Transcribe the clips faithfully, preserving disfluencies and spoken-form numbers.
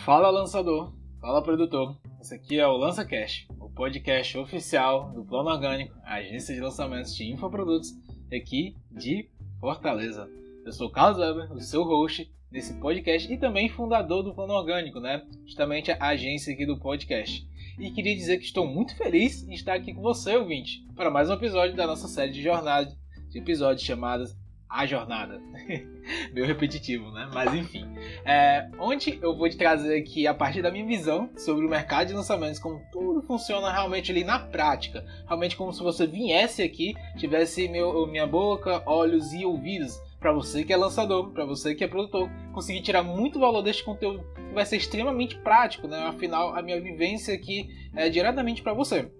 Fala lançador, fala produtor, esse aqui é o LançaCast, o podcast oficial do Plano Orgânico, a agência de lançamentos de infoprodutos aqui de Fortaleza. Eu sou o Carlos Weber, o seu host desse podcast e também fundador do Plano Orgânico, né? Justamente a agência aqui do podcast. E queria dizer que estou muito feliz em estar aqui com você, ouvinte, para mais um episódio da nossa série de jornada, de episódios chamados A Jornada. Meio repetitivo, né? Mas enfim. É, onde eu vou te trazer aqui a partir da minha visão sobre o mercado de lançamentos, como tudo funciona realmente ali na prática. Realmente como se você viesse aqui, tivesse meu, minha boca, olhos e ouvidos. Para você que é lançador, para você que é produtor, conseguir tirar muito valor deste conteúdo que vai ser extremamente prático, né? Afinal, a minha vivência aqui é diretamente para você.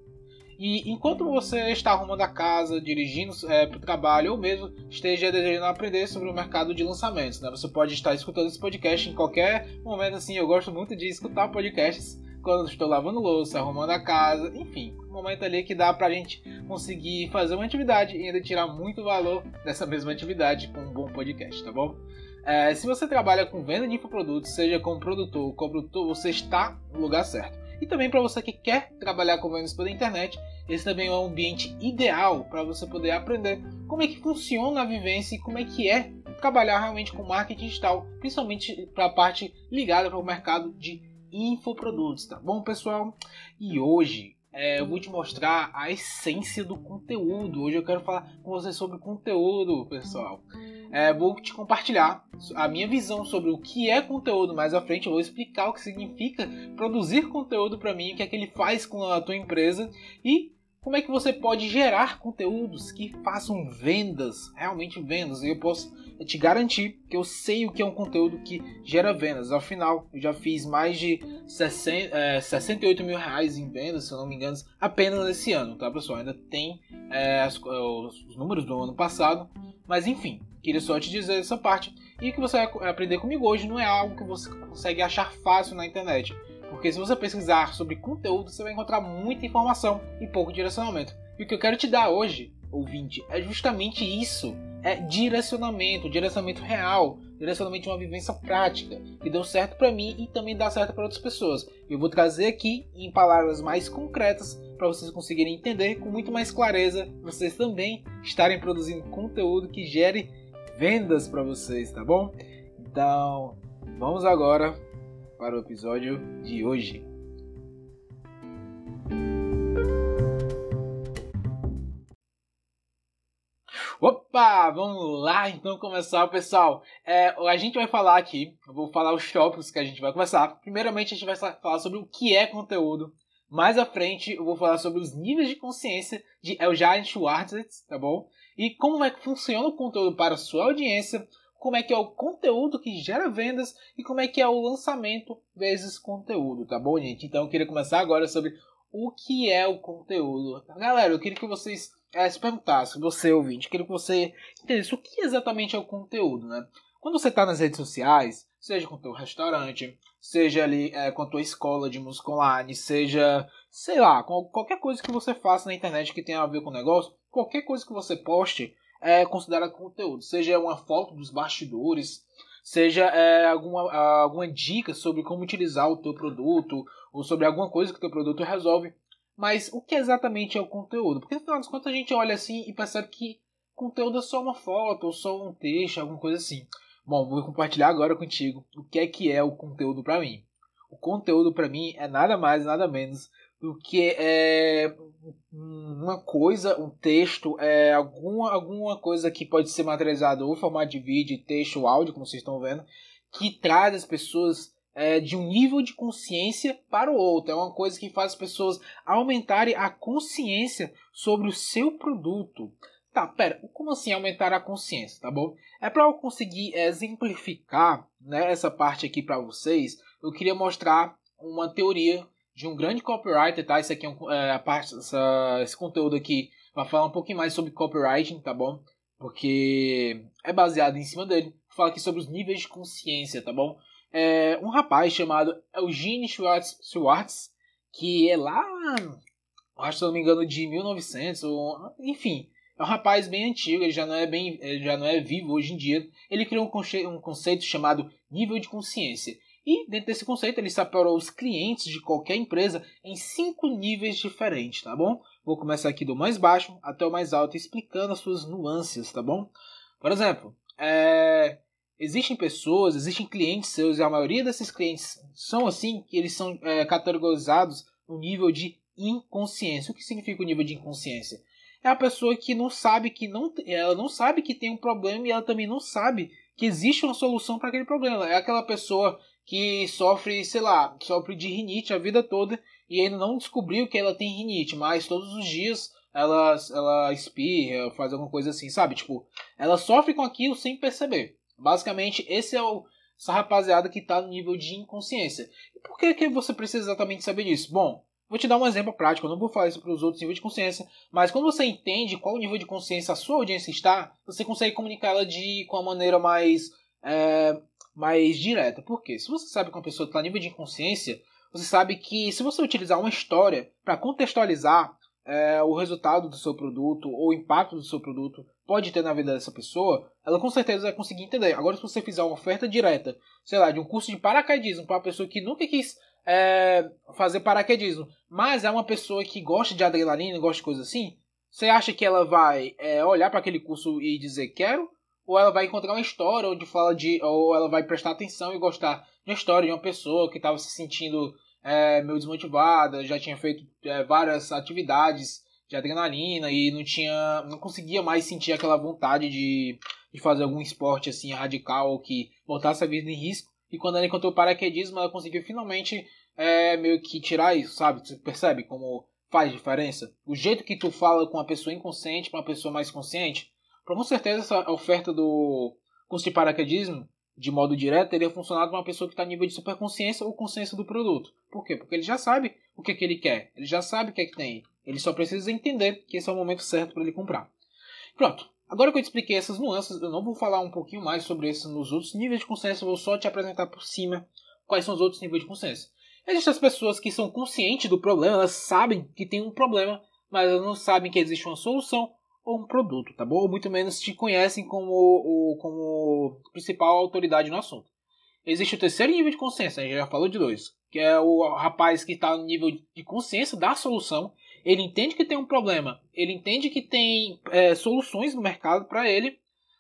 E enquanto você está arrumando a casa, dirigindo é, para o trabalho ou mesmo esteja desejando aprender sobre o mercado de lançamentos, né? Você pode estar escutando esse podcast em qualquer momento. Assim, eu gosto muito de escutar podcasts quando estou lavando louça, arrumando a casa, enfim, um momento ali que dá pra gente conseguir fazer uma atividade e ainda tirar muito valor dessa mesma atividade com um bom podcast, tá bom? É, se você trabalha com venda de infoprodutos, seja como produtor ou co-produtor, você está no lugar certo. E também para você que quer trabalhar com vendas pela internet, esse também é um ambiente ideal para você poder aprender como é que funciona a vivência e como é que é trabalhar realmente com marketing digital, principalmente para a parte ligada para o mercado de infoprodutos, tá bom, pessoal? E hoje é, eu vou te mostrar a essência do conteúdo. Hoje eu quero falar com você sobre conteúdo, pessoal. É, vou te compartilhar a minha visão sobre o que é conteúdo. Mais à frente eu vou explicar o que significa produzir conteúdo para mim, o que é que ele faz com a tua empresa e como é que você pode gerar conteúdos que façam vendas, realmente vendas. E eu posso te garantir que eu sei o que é um conteúdo que gera vendas. Afinal, eu já fiz mais de sessenta, é, sessenta e oito mil reais em vendas, se eu não me engano, apenas nesse ano, tá, pessoal? Ainda tem é, as, os números do ano passado, mas enfim, queria só te dizer essa parte. E o que você vai aprender comigo hoje não é algo que você consegue achar fácil na internet. Porque se você pesquisar sobre conteúdo, você vai encontrar muita informação e pouco direcionamento. E o que eu quero te dar hoje, ouvinte, é justamente isso. É direcionamento, direcionamento real, direcionamento de uma vivência prática, que deu certo para mim e também dá certo para outras pessoas. Eu vou trazer aqui em palavras mais concretas para vocês conseguirem entender com muito mais clareza, vocês também estarem produzindo conteúdo que gere vendas para vocês, tá bom? Então, vamos agora para o episódio de hoje. Opa, vamos lá então começar, pessoal. É, a gente vai falar aqui, eu vou falar os tópicos que a gente vai começar. Primeiramente a gente vai falar sobre o que é conteúdo. Mais à frente eu vou falar sobre os níveis de consciência de Eugene Schwartz, tá bom? E como é que funciona o conteúdo para a sua audiência, como é que é o conteúdo que gera vendas e como é que é o lançamento vezes conteúdo, tá bom, gente? Então eu queria começar agora sobre o que é o conteúdo. Galera, eu queria que vocês é, se perguntassem, você ouvinte, eu queria que você entendesse o que exatamente é o conteúdo, né? Quando você está nas redes sociais, seja com o teu restaurante, seja ali é, com a tua escola de música online, seja, sei lá, com qualquer coisa que você faça na internet que tenha a ver com o negócio, qualquer coisa que você poste, é considerado conteúdo, seja uma foto dos bastidores, seja é, alguma, alguma dica sobre como utilizar o teu produto, ou sobre alguma coisa que o teu produto resolve. Mas o que exatamente é o conteúdo? Porque no final das contas a gente olha assim e percebe que conteúdo é só uma foto, ou só um texto, alguma coisa assim. Bom, vou compartilhar agora contigo o que é que é o conteúdo para mim. O conteúdo para mim é nada mais, nada menos do que é uma coisa, um texto, é alguma, alguma coisa que pode ser materializada ou em formato de vídeo, texto, áudio, como vocês estão vendo, que traz as pessoas é, de um nível de consciência para o outro. É uma coisa que faz as pessoas aumentarem a consciência sobre o seu produto. Tá, pera, como assim aumentar a consciência, tá bom? É para eu conseguir exemplificar, né, essa parte aqui para vocês, eu queria mostrar uma teoria de um grande copywriter, tá? Isso aqui é, um, é a parte, essa, esse conteúdo aqui vai falar um pouquinho mais sobre copywriting, tá bom? Porque é baseado em cima dele. Fala aqui sobre os níveis de consciência, tá bom? É um rapaz chamado Eugene Schwartz, Schwartz que é lá, acho, se eu não me engano, de mil e novecentos, ou, enfim, é um rapaz bem antigo, ele já não é, bem, ele já não é vivo hoje em dia. Ele criou um, conce, um conceito chamado nível de consciência. E dentro desse conceito ele separou os clientes de qualquer empresa em cinco níveis diferentes, tá bom? Vou começar aqui do mais baixo até o mais alto, explicando as suas nuances, tá bom? Por exemplo, é... existem pessoas, existem clientes seus, e a maioria desses clientes são assim, que eles são é, categorizados no nível de inconsciência. O que significa o nível de inconsciência? É a pessoa que não sabe que não, ela não sabe que tem um problema e ela também não sabe que existe uma solução para aquele problema. É aquela pessoa que sofre, sei lá, sofre de rinite a vida toda e ainda não descobriu que ela tem rinite, mas todos os dias ela, ela espirra, faz alguma coisa assim, sabe? Tipo, ela sofre com aquilo sem perceber. Basicamente, esse é o, essa rapaziada que está no nível de inconsciência. E por que, que você precisa exatamente saber disso? Bom, vou te dar um exemplo prático, eu não vou falar isso para os outros níveis de consciência, mas quando você entende qual nível de consciência a sua audiência está, você consegue comunicá-la de com uma maneira mais, é, mais direta. Por quê? Se você sabe que uma pessoa está no nível de inconsciência, você sabe que se você utilizar uma história para contextualizar é, o resultado do seu produto ou o impacto do seu produto pode ter na vida dessa pessoa, ela com certeza vai conseguir entender. Agora, se você fizer uma oferta direta, sei lá, de um curso de paraquedismo para uma pessoa que nunca quis é, fazer paraquedismo, mas é uma pessoa que gosta de adrenalina, gosta de coisa assim, você acha que ela vai é, olhar para aquele curso e dizer quero? Ou ela vai encontrar uma história onde fala de, ou ela vai prestar atenção e gostar de uma história de uma pessoa que estava se sentindo é, meio desmotivada, já tinha feito é, várias atividades de adrenalina e não tinha, não conseguia mais sentir aquela vontade de, de fazer algum esporte assim radical que botasse a vida em risco. E quando ela encontrou o paraquedismo, ela conseguiu finalmente é, meio que tirar isso, sabe? Você percebe como faz diferença? O jeito que tu fala com uma pessoa inconsciente para uma pessoa mais consciente, com certeza essa oferta do curso de paraquedismo, de modo direto, teria funcionado para uma pessoa que está em nível de superconsciência ou consciência do produto. Por quê? Porque ele já sabe o que, é que ele quer, ele já sabe o que é que tem. Ele só precisa entender que esse é o momento certo para ele comprar. Pronto. Agora que eu te expliquei essas nuances, eu não vou falar um pouquinho mais sobre isso nos outros níveis de consciência, eu vou só te apresentar por cima quais são os outros níveis de consciência. Existem as pessoas que são conscientes do problema, elas sabem que tem um problema, mas elas não sabem que existe uma solução ou um produto, tá bom? Ou muito menos te conhecem como, o, como principal autoridade no assunto. Existe o terceiro nível de consciência, a gente já falou de dois, que é o rapaz que está no nível de consciência da solução. Ele entende que tem um problema, ele entende que tem é, soluções no mercado para ele,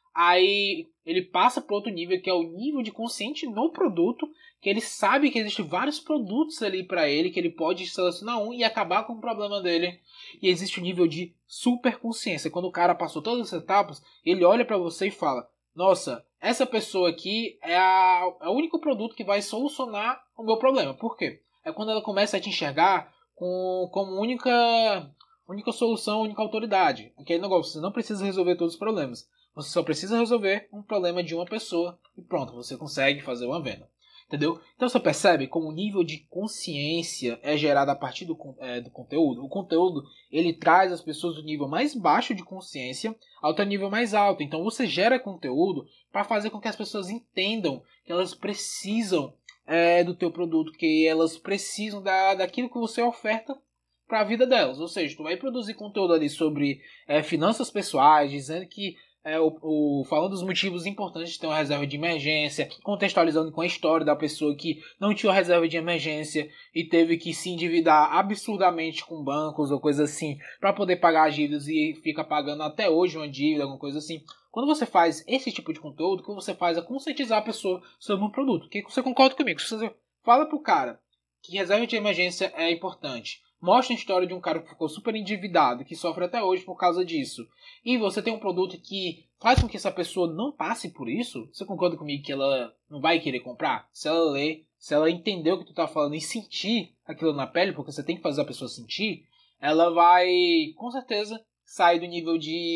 aí ele passa para outro nível, que é o nível de consciente no produto, que ele sabe que existem vários produtos ali para ele, que ele pode selecionar um e acabar com o problema dele. E existe o nível de superconsciência, quando o cara passou todas as etapas, ele olha para você e fala, nossa, essa pessoa aqui é, a, é o único produto que vai solucionar o meu problema. Por quê? É quando ela começa a te enxergar com, como única, única solução, única autoridade. Aquele negócio, você não precisa resolver todos os problemas. Você só precisa resolver um problema de uma pessoa e pronto, você consegue fazer uma venda. Entendeu? Então você percebe como o nível de consciência é gerado a partir do, é, do conteúdo. O conteúdo ele traz as pessoas do nível mais baixo de consciência ao teu nível mais alto. Então você gera conteúdo para fazer com que as pessoas entendam que elas precisam é, do teu produto, que elas precisam da, daquilo que você oferta para a vida delas. Ou seja, tu vai produzir conteúdo ali sobre é, finanças pessoais, dizendo que É, o, o, falando dos motivos importantes de ter uma reserva de emergência, contextualizando com a história da pessoa que não tinha uma reserva de emergência e teve que se endividar absurdamente com bancos ou coisa assim para poder pagar as dívidas e fica pagando até hoje uma dívida, alguma coisa assim. Quando você faz esse tipo de conteúdo, o que você faz é conscientizar a pessoa sobre um produto. Que você concorda comigo? Você fala pro cara que reserva de emergência é importante, mostra a história de um cara que ficou super endividado, que sofre até hoje por causa disso, e você tem um produto que faz com que essa pessoa não passe por isso, você concorda comigo que ela não vai querer comprar? Se ela ler, se ela entender o que tu tá falando e sentir aquilo na pele, porque você tem que fazer a pessoa sentir, ela vai, com certeza, sair do nível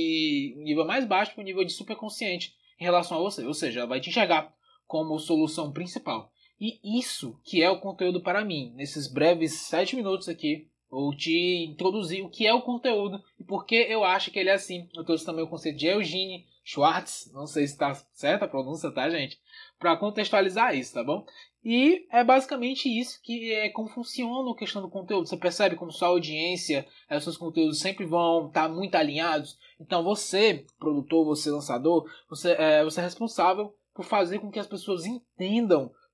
de nível mais baixo para o nível de superconsciente em relação a você. Ou seja, ela vai te enxergar como solução principal. E isso que é o conteúdo para mim. Nesses breves sete minutos aqui, vou te introduzir o que é o conteúdo e por que eu acho que ele é assim. Eu trouxe também o conceito de Eugene Schwartz, não sei se está certa a pronúncia, tá, gente? Para contextualizar isso, tá bom? E é basicamente isso que é como funciona a questão do conteúdo. Você percebe como sua audiência, os seus conteúdos sempre vão estar muito alinhados. Então você, produtor, você lançador, você é, você é responsável por fazer com que as pessoas entendam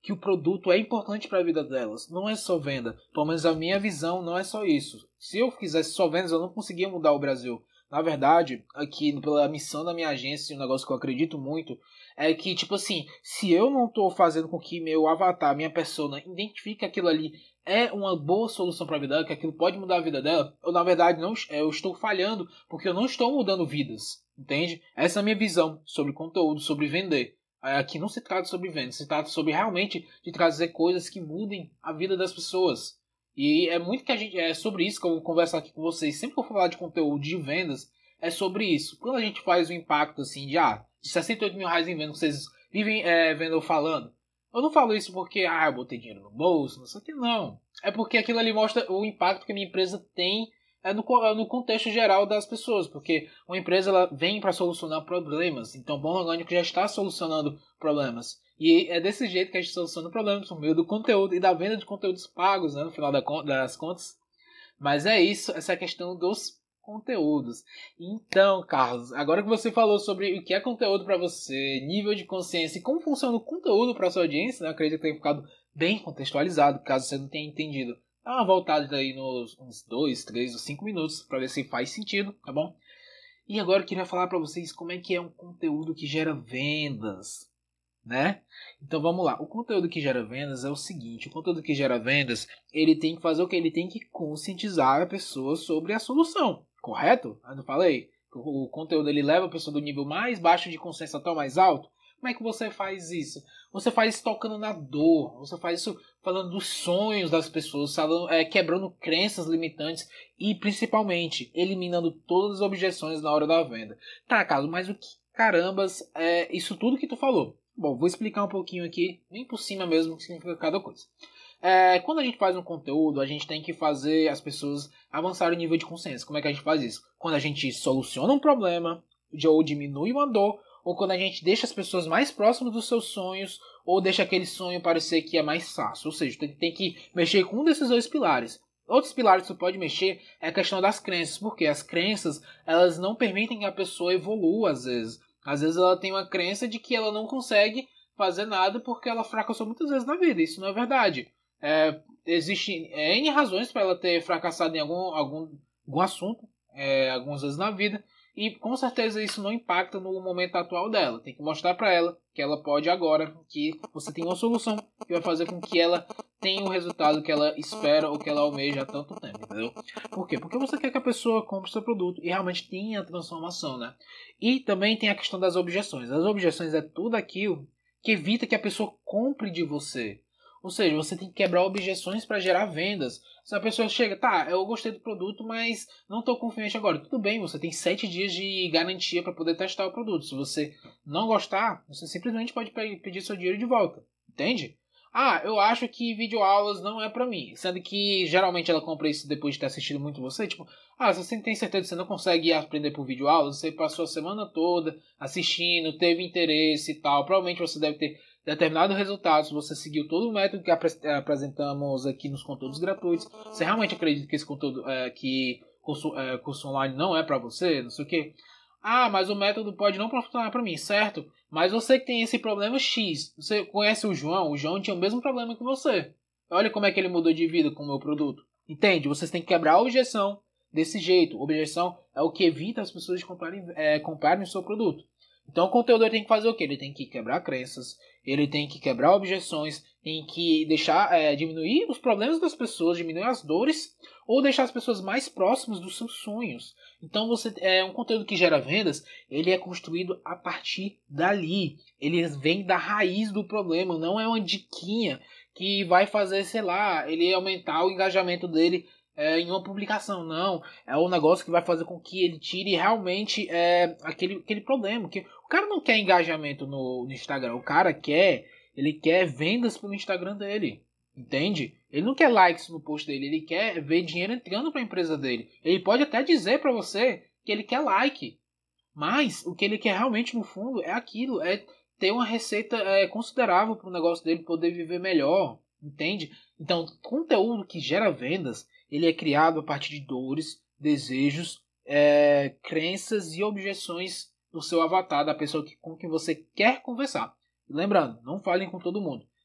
que o produto é importante para a vida delas. Não é só venda. Pelo menos a minha visão não é só isso. Se eu quisesse só vendas, eu não conseguia mudar o Brasil. Na verdade, aqui pela missão da minha agência, um negócio que eu acredito muito, é que, tipo assim, se eu não estou fazendo com que meu avatar, minha persona, identifique aquilo ali é uma boa solução para a vida dela, que aquilo pode mudar a vida dela, eu, na verdade, não, eu estou falhando porque eu não estou mudando vidas. Entende? Essa é a minha visão sobre conteúdo, sobre vender. Aqui não se trata sobre venda, se trata sobre realmente de trazer coisas que mudem a vida das pessoas. E é muito que a gente é sobre isso que eu vou conversar aqui com vocês. Sempre que eu for falar de conteúdo de vendas, é sobre isso. Quando a gente faz um impacto assim de, ah, de sessenta e oito mil reais em venda, vocês vivem é, vendo eu falando. Eu não falo isso porque ah, eu botei dinheiro no bolso, não sei o que, não. É porque aquilo ali mostra o impacto que a minha empresa tem é no, no contexto geral das pessoas, porque uma empresa ela vem para solucionar problemas, então o Plano Orgânico já está solucionando problemas. E é desse jeito que a gente soluciona problemas, por meio do conteúdo e da venda de conteúdos pagos, né, no final das contas. Mas é isso, essa é a questão dos conteúdos. Então, Carlos, agora que você falou sobre o que é conteúdo para você, nível de consciência e como funciona o conteúdo para sua audiência, né, eu acredito que tenha ficado bem contextualizado, caso você não tenha entendido. Dá uma voltada aí nos uns dois, três ou cinco minutos para ver se faz sentido, tá bom? E agora eu queria falar para vocês como é que é um conteúdo que gera vendas, né? Então vamos lá. O conteúdo que gera vendas é o seguinte: o conteúdo que gera vendas, ele tem que fazer o que? Ele tem que conscientizar a pessoa sobre a solução, correto? Eu não falei? O conteúdo ele leva a pessoa do nível mais baixo de consciência até o mais alto. Como é que você faz isso? Você faz isso tocando na dor. Você faz isso falando dos sonhos das pessoas, falando, é, quebrando crenças limitantes e, principalmente, eliminando todas as objeções na hora da venda. Tá, Carlos, mas o que carambas é isso tudo que tu falou? Bom, vou explicar um pouquinho aqui, bem por cima mesmo, o que significa cada coisa. É, quando a gente faz um conteúdo, a gente tem que fazer as pessoas avançarem o nível de consciência. Como é que a gente faz isso? Quando a gente soluciona um problema, ou diminui uma dor, ou quando a gente deixa as pessoas mais próximas dos seus sonhos, ou deixa aquele sonho parecer que é mais fácil. Ou seja, tem que mexer com um desses dois pilares. Outros pilares que você pode mexer é a questão das crenças, porque as crenças elas não permitem que a pessoa evolua às vezes. Às vezes ela tem uma crença de que ela não consegue fazer nada porque ela fracassou muitas vezes na vida. Isso não é verdade. É, Existem é, N razões para ela ter fracassado em algum, algum, algum assunto, é, algumas vezes na vida. E com certeza isso não impacta no momento atual dela. Tem que mostrar para ela que ela pode agora, que você tem uma solução que vai fazer com que ela tenha o resultado que ela espera ou que ela almeja há tanto tempo, entendeu? Por quê? Porque você quer que a pessoa compre seu produto e realmente tenha a transformação, né? E também tem a questão das objeções. As objeções é tudo aquilo que evita que a pessoa compre de você. Ou seja, você tem que quebrar objeções para gerar vendas. Se a pessoa chega, tá, eu gostei do produto, mas não estou confiante agora. Tudo bem, você tem sete dias de garantia para poder testar o produto. Se você não gostar, você simplesmente pode pedir seu dinheiro de volta. Entende? Ah, eu acho que videoaulas não é para mim. Sendo que geralmente ela compra isso depois de ter assistido muito você. Tipo, ah, se você tem certeza que você não consegue aprender por videoaulas, você passou a semana toda assistindo, teve interesse e tal. Provavelmente você deve ter determinado resultado, se você seguiu todo o método que apresentamos aqui nos conteúdos gratuitos. Você realmente acredita que esse conteúdo, é, que curso, é, curso online não é para você, não sei o que. Ah, mas o método pode não funcionar para mim, certo? Mas você que tem esse problema X, você conhece o João? O João tinha o mesmo problema que você. Olha como é que ele mudou de vida com o meu produto. Entende? Vocês têm que quebrar a objeção desse jeito. Objeção é o que evita as pessoas de comprarem, é, comprarem o seu produto. Então o conteúdo tem que fazer o quê? Ele tem que quebrar crenças, ele tem que quebrar objeções, tem que deixar é, diminuir os problemas das pessoas, diminuir as dores, ou deixar as pessoas mais próximas dos seus sonhos. Então você é um conteúdo que gera vendas, ele é construído a partir dali. Ele vem da raiz do problema, não é uma diquinha que vai fazer, sei lá, ele aumentar o engajamento dele É, em uma publicação, não. É um negócio que vai fazer com que ele tire realmente é, aquele, aquele problema. Que o cara não quer engajamento no, no Instagram. O cara quer, ele quer vendas pelo Instagram dele. Entende? Ele não quer likes no post dele. Ele quer ver dinheiro entrando para a empresa dele. Ele pode até dizer para você que ele quer like. Mas o que ele quer realmente no fundo é aquilo. É ter uma receita é, considerável para o negócio dele poder viver melhor. Entende? Então, conteúdo que gera vendas, ele é criado a partir de dores, desejos, é, crenças e objeções do seu avatar, da pessoa que, com quem você quer conversar. Lembrando, não falem com todo mundo.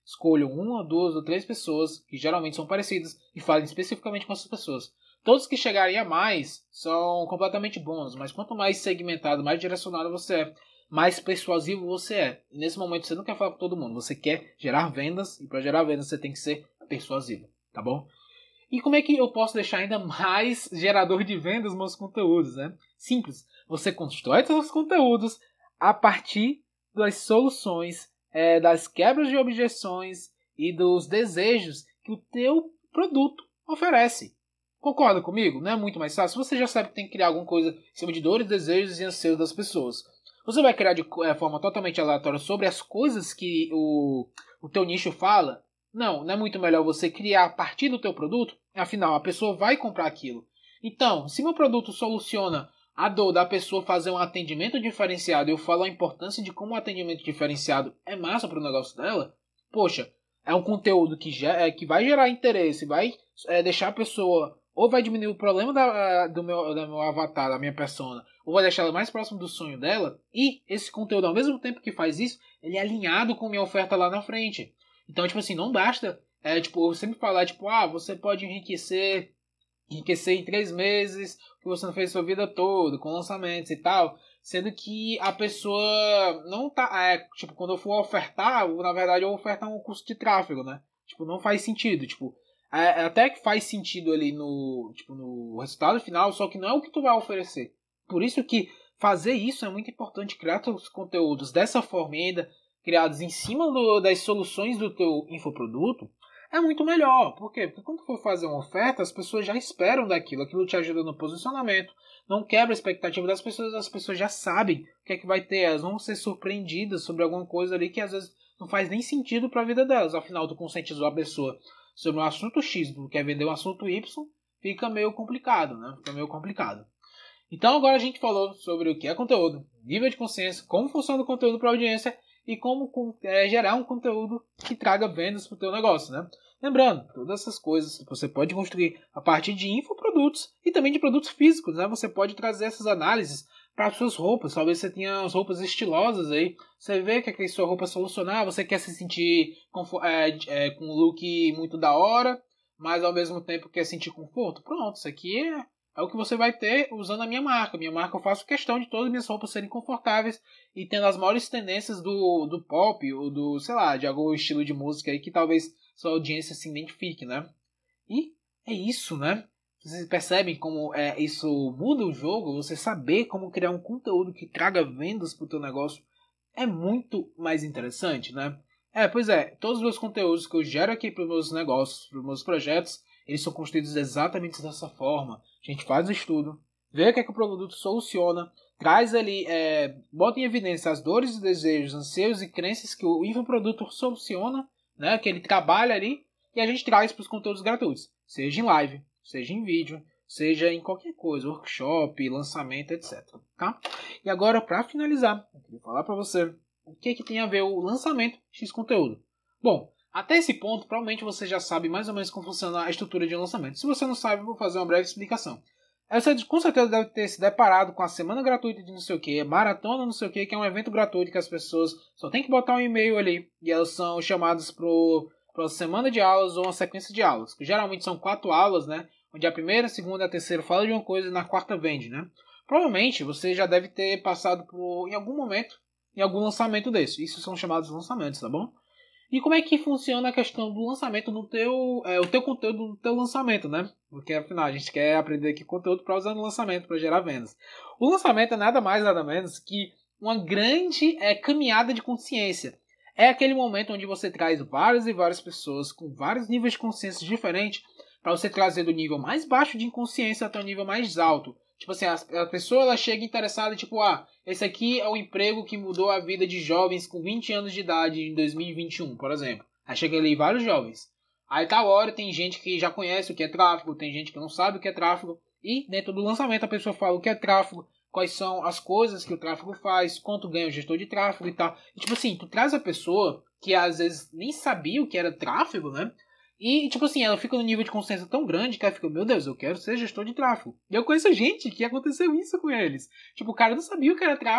escolham uma, duas ou três pessoas, que geralmente são parecidas, e falem especificamente com essas pessoas. Todos que chegarem a mais são completamente bons, mas quanto mais segmentado, mais direcionado você é, mais persuasivo você é. E nesse momento você não quer falar com todo mundo, você quer gerar vendas, e para gerar vendas você tem que ser persuasivo, tá bom? E como é que eu posso deixar ainda mais gerador de vendas meus conteúdos, né? Simples, você constrói seus conteúdos a partir das soluções, é, das quebras de objeções e dos desejos que o teu produto oferece. Concorda comigo? Não é muito mais fácil? Você já sabe que tem que criar alguma coisa em cima de dores, desejos e anseios das pessoas. Você vai criar de é, forma totalmente aleatória sobre as coisas que o, o teu nicho fala? Não, não é muito melhor você criar a partir do teu produto? Afinal, a pessoa vai comprar aquilo. Então, se meu produto soluciona a dor da pessoa fazer um atendimento diferenciado e eu falo a importância de como o atendimento diferenciado é massa para o negócio dela, poxa, é um conteúdo que, já, é, que vai gerar interesse, vai é, deixar a pessoa, ou vai diminuir o problema da, do meu, da meu avatar, da minha persona, ou vai deixar ela mais próximo do sonho dela, e esse conteúdo, ao mesmo tempo que faz isso, ele é alinhado com a minha oferta lá na frente. Então, tipo assim, não basta, é, tipo, eu sempre falar, tipo, ah, você pode enriquecer, enriquecer em três meses o que você não fez sua vida toda, com lançamentos e tal, sendo que a pessoa não tá, é, tipo, quando eu for ofertar, na verdade eu vou ofertar um custo de tráfego, né? Tipo, não faz sentido, tipo, é, até que faz sentido ali no, tipo, no resultado final, só que não é o que tu vai oferecer. Por isso que fazer isso é muito importante, criar teus conteúdos dessa forma ainda, criados em cima do, das soluções do teu infoproduto, é muito melhor. Por quê? Porque quando for fazer uma oferta, as pessoas já esperam daquilo. Aquilo te ajuda no posicionamento, não quebra a expectativa das pessoas, as pessoas já sabem o que é que vai ter. Elas vão ser surpreendidas sobre alguma coisa ali que às vezes não faz nem sentido para a vida delas. Afinal, tu conscientizou a pessoa sobre um assunto X, tu quer vender um assunto Y, fica meio complicado, né? Fica meio complicado. Então agora a gente falou sobre o que é conteúdo, nível de consciência, como funciona o conteúdo para a audiência e como é, gerar um conteúdo que traga vendas para o teu negócio, né? Lembrando, todas essas coisas você pode construir a partir de infoprodutos e também de produtos físicos, né? Você pode trazer essas análises para as suas roupas. Talvez você tenha as roupas estilosas aí, você vê que a sua roupa solucionar, você quer se sentir é, é, com um look muito da hora, mas ao mesmo tempo quer sentir conforto. Pronto, isso aqui é... É o que você vai ter usando a minha marca. Minha marca eu faço questão de todas as minhas roupas serem confortáveis e tendo as maiores tendências do, do pop ou do, sei lá, de algum estilo de música aí que talvez sua audiência se identifique, né? E é isso, né? Vocês percebem como é, isso muda o jogo? Você saber como criar um conteúdo que traga vendas para o teu negócio é muito mais interessante, né? É, pois é, todos os meus conteúdos que eu gero aqui para os meus negócios, para os meus projetos, eles são construídos exatamente dessa forma. A gente faz o estudo, vê o que é que o produto soluciona, traz ali, é, bota em evidência as dores e desejos, anseios e crenças que o infoproduto soluciona, né, que ele trabalha ali, e a gente traz para os conteúdos gratuitos, seja em live, seja em vídeo, seja em qualquer coisa, workshop, lançamento, etcétera. Tá? E agora, para finalizar, eu queria falar para você o que, é que tem a ver o lançamento X conteúdo. Bom, até esse ponto, provavelmente você já sabe mais ou menos como funciona a estrutura de lançamento. Se você não sabe, eu vou fazer uma breve explicação. Você com certeza deve ter se deparado com a semana gratuita de não sei o que, maratona não sei o que, que é um evento gratuito que as pessoas só tem que botar um e-mail ali e elas são chamadas para uma semana de aulas ou uma sequência de aulas. Que geralmente são quatro aulas, né? Onde a primeira, a segunda e a terceira fala de uma coisa e na quarta vende, né? Provavelmente você já deve ter passado por, em algum momento, em algum lançamento desse. Isso são chamados lançamentos, tá bom? E como é que funciona a questão do lançamento no teu, é, o teu conteúdo no teu lançamento, né? Porque afinal a gente quer aprender aqui conteúdo para usar no lançamento, para gerar vendas. O lançamento é nada mais nada menos que uma grande é, caminhada de consciência. É aquele momento onde você traz várias e várias pessoas com vários níveis de consciência diferentes para você trazer do nível mais baixo de inconsciência até o nível mais alto. Tipo assim, a, a pessoa ela chega interessada, tipo, ah, esse aqui é o emprego que mudou a vida de jovens com vinte anos de idade em dois mil e vinte e um, por exemplo. Aí chega ali vários jovens. Aí tal hora tem gente que já conhece o que é tráfego, tem gente que não sabe o que é tráfego. E dentro do lançamento a pessoa fala o que é tráfego, quais são as coisas que o tráfego faz, quanto ganha o gestor de tráfego e tal. E tipo assim, tu traz a pessoa que às vezes nem sabia o que era tráfego, né? E, tipo assim, ela fica num nível de consciência tão grande que ela fica, meu Deus, eu quero ser gestor de tráfego. E eu conheço gente que aconteceu isso com eles. Tipo, o cara não sabia o que era tráfego.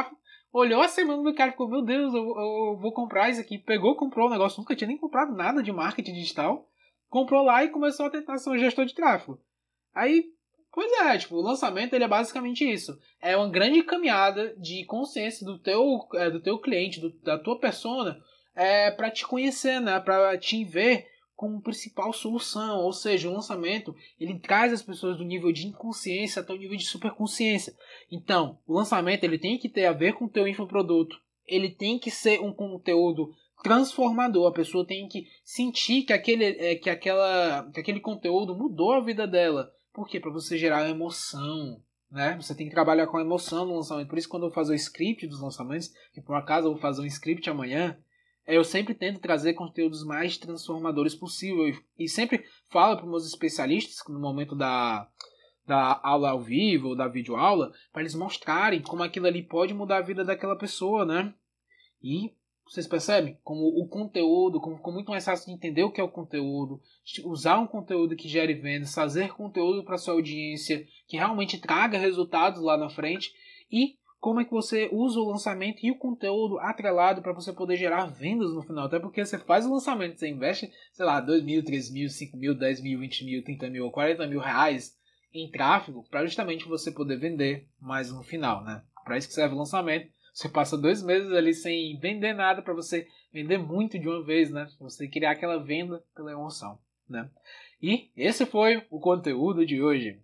olhou a semana do cara e ficou, meu Deus, eu, eu vou comprar isso aqui. Pegou, comprou o negócio, nunca tinha nem comprado nada de marketing digital. Comprou lá e começou a tentar ser um gestor de tráfego. Aí, pois é, tipo, o lançamento ele é basicamente isso. É uma grande caminhada de consciência do teu, é, do teu cliente, do, da tua persona, é, para te conhecer, né? Para te ver como principal solução. Ou seja, o lançamento ele traz as pessoas do nível de inconsciência até o nível de superconsciência. Então, o lançamento ele tem que ter a ver com o teu infoproduto. Ele tem que ser um conteúdo transformador. A pessoa tem que sentir que aquele, é, que aquela, que aquele conteúdo mudou a vida dela. Por quê? Para você gerar emoção, né? Você tem que trabalhar com a emoção no lançamento. Por isso, quando eu faço o script dos lançamentos, que por acaso eu vou fazer um script amanhã, eu sempre tento trazer conteúdos mais transformadores possível. E sempre falo para os meus especialistas, no momento da, da aula ao vivo, ou da videoaula, para eles mostrarem como aquilo ali pode mudar a vida daquela pessoa, né? E vocês percebem como o conteúdo, como ficou muito mais fácil de entender o que é o conteúdo, usar um conteúdo que gere vendas, fazer conteúdo para sua audiência, que realmente traga resultados lá na frente, e como é que você usa o lançamento e o conteúdo atrelado para você poder gerar vendas no final. Até porque você faz o lançamento, você investe, sei lá, dois mil, três mil, cinco mil, dez mil, vinte mil, trinta mil, quarenta mil reais em tráfego para justamente você poder vender mais no final, né? Para isso que serve o lançamento. Você passa dois meses ali sem vender nada para você vender muito de uma vez, né? Você criar aquela venda pela emoção, né? E esse foi o conteúdo de hoje.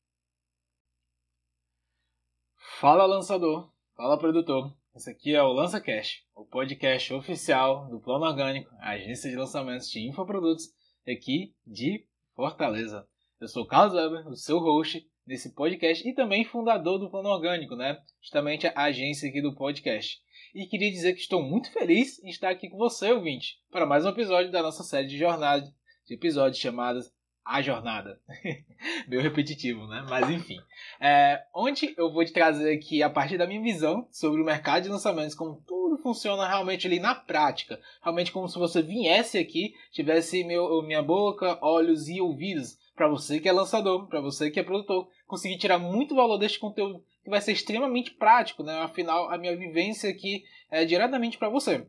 Fala lançador, fala produtor. Esse aqui é o LançaCast, o podcast oficial do Plano Orgânico, a agência de lançamentos de infoprodutos aqui de Fortaleza. Eu sou o Carlos Weber, o seu host desse podcast e também fundador do Plano Orgânico, né? Justamente a agência aqui do podcast. E queria dizer que estou muito feliz em estar aqui com você, ouvinte, para mais um episódio da nossa série de jornada, de episódios chamados A Jornada. Meio repetitivo, né? Mas enfim. É, onde eu vou te trazer aqui a partir da minha visão sobre o mercado de lançamentos, como tudo funciona realmente ali na prática. Realmente como se você viesse aqui, tivesse meu, minha boca, olhos e ouvidos, para você que é lançador, para você que é produtor, conseguir tirar muito valor deste conteúdo, que vai ser extremamente prático, né? Afinal, a minha vivência aqui é diretamente para você.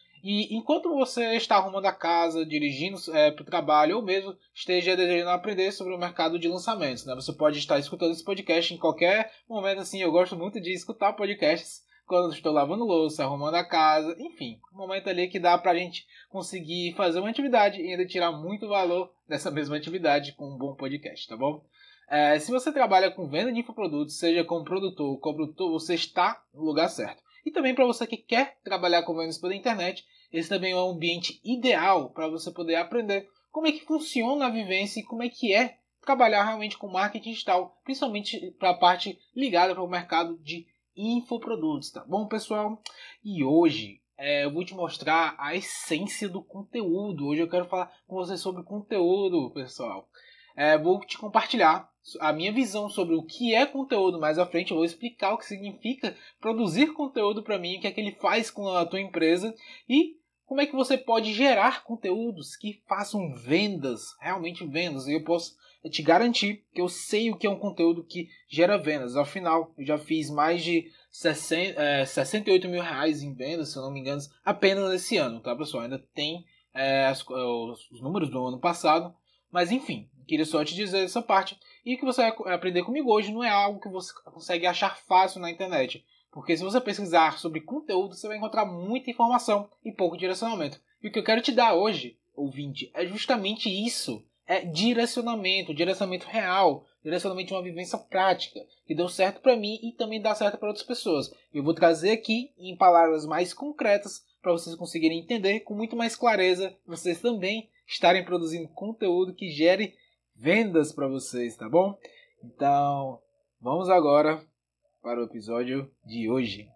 E enquanto você está arrumando a casa, dirigindo é, para o trabalho, ou mesmo esteja desejando aprender sobre o mercado de lançamentos, né? Você pode estar escutando esse podcast em qualquer momento, assim. Eu gosto muito de escutar podcasts quando estou lavando louça, arrumando a casa, enfim, um momento ali que dá para a gente conseguir fazer uma atividade e ainda tirar muito valor dessa mesma atividade com um bom podcast, tá bom? É, se você trabalha com venda de infoprodutos, seja como produtor ou co-produtor, você está no lugar certo. E também para você que quer trabalhar com vendas pela internet, esse também é um ambiente ideal para você poder aprender como é que funciona a vivência e como é que é trabalhar realmente com marketing digital, principalmente para a parte ligada para o mercado de infoprodutos, tá bom, pessoal? E hoje é, eu vou te mostrar a essência do conteúdo. Hoje eu quero falar com você sobre conteúdo, pessoal. É, vou te compartilhar a minha visão sobre o que é conteúdo. Mais à frente eu vou explicar o que significa produzir conteúdo para mim, o que é que ele faz com a tua empresa e como é que você pode gerar conteúdos que façam vendas, realmente vendas. E eu posso te garantir que eu sei o que é um conteúdo que gera vendas. Afinal, eu já fiz mais de sessenta, é, sessenta e oito mil reais em vendas, se eu não me engano, apenas esse ano, tá, pessoal? Ainda tem é, as, os, os números do ano passado. Mas enfim, queria só te dizer essa parte. E o que você vai aprender comigo hoje não é algo que você consegue achar fácil na internet. Porque se você pesquisar sobre conteúdo, você vai encontrar muita informação e pouco direcionamento. E o que eu quero te dar hoje, ouvinte, é justamente isso. É direcionamento, direcionamento real, direcionamento de uma vivência prática, que deu certo para mim e também dá certo para outras pessoas. Eu vou trazer aqui em palavras mais concretas para vocês conseguirem entender com muito mais clareza, vocês também estarem produzindo conteúdo que gere vendas para vocês, tá bom? Então, vamos agora para o episódio de hoje.